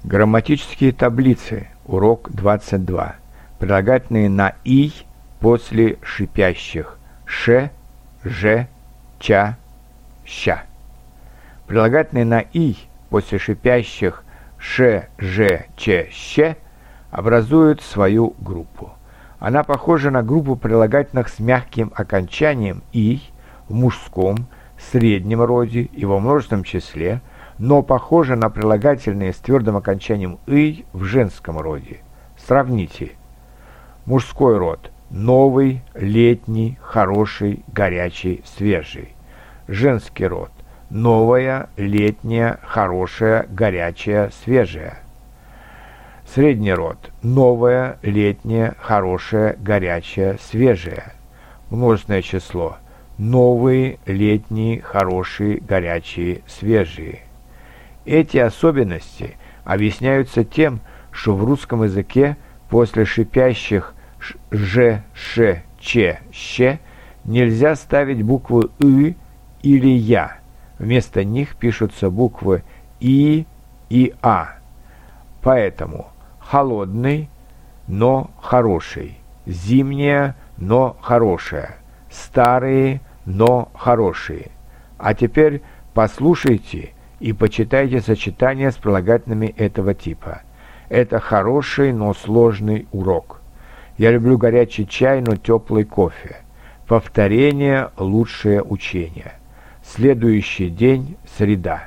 Грамматические таблицы. Урок 22. Прилагательные на «и» после шипящих «ш», «ж», «ча», «ща». Прилагательные на «и» после шипящих «ш», «ж», «ч», «щ» образуют свою группу. Она похожа на группу прилагательных с мягким окончанием «и» в мужском, среднем роде и во множественном числе, но похожа на прилагательные с твердым окончанием «ый» в женском роде. Сравните. Мужской род – новый, летний, хороший, горячий, свежий. Женский род – новая, летняя, хорошая, горячая, свежая. Средний род – новая, летняя, хорошая, горячая, свежая. Множественное число – новые, летние, хорошие, горячие, свежие. Эти особенности объясняются тем, что в русском языке после шипящих «ж», «ш», «ч», «щ» нельзя ставить буквы «ы» или «я». Вместо них пишутся буквы «и» и «а». Поэтому холодный, но хороший, зимняя, но хорошая, старые, но хорошие. А теперь послушайте и почитайте сочетания с прилагательными этого типа. Это хороший, но сложный урок. Я люблю горячий чай, но теплый кофе. Повторение – лучшее учение. Следующий день – среда.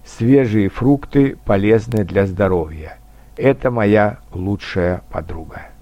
Свежие фрукты полезны для здоровья. Это моя лучшая подруга.